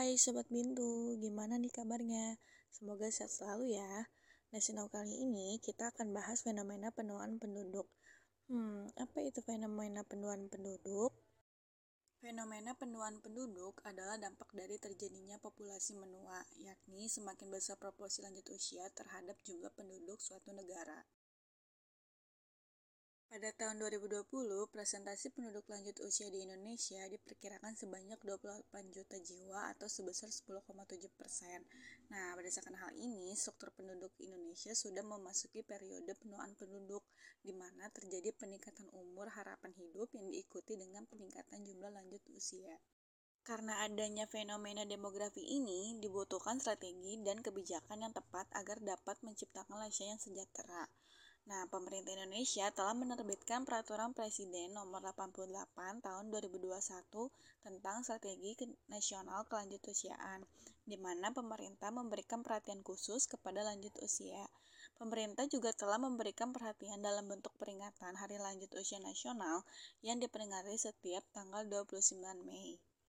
Hai Sobat Bintu, gimana nih kabarnya? Semoga sehat selalu ya. Nah, Sinau kali ini kita akan bahas fenomena penuaan penduduk. Apa itu fenomena penuaan penduduk? Fenomena penuaan penduduk adalah dampak dari terjadinya populasi menua, yakni semakin besar proporsi lanjut usia terhadap jumlah penduduk suatu negara. Pada tahun 2020, presentasi penduduk lanjut usia di Indonesia diperkirakan sebanyak 28 juta jiwa atau sebesar 10,7%. Nah, berdasarkan hal ini, struktur penduduk Indonesia sudah memasuki periode penuaan penduduk, di mana terjadi peningkatan umur harapan hidup yang diikuti dengan peningkatan jumlah lanjut usia. Karena adanya fenomena demografi ini, dibutuhkan strategi dan kebijakan yang tepat agar dapat menciptakan Indonesia yang sejahtera. Nah, pemerintah Indonesia telah menerbitkan Peraturan Presiden Nomor 88 Tahun 2021 tentang Strategi Nasional Kelanjutusiaan, di mana pemerintah memberikan perhatian khusus kepada lanjut usia. Pemerintah juga telah memberikan perhatian dalam bentuk peringatan Hari Lanjut Usia Nasional yang diperingati setiap tanggal 29 Mei.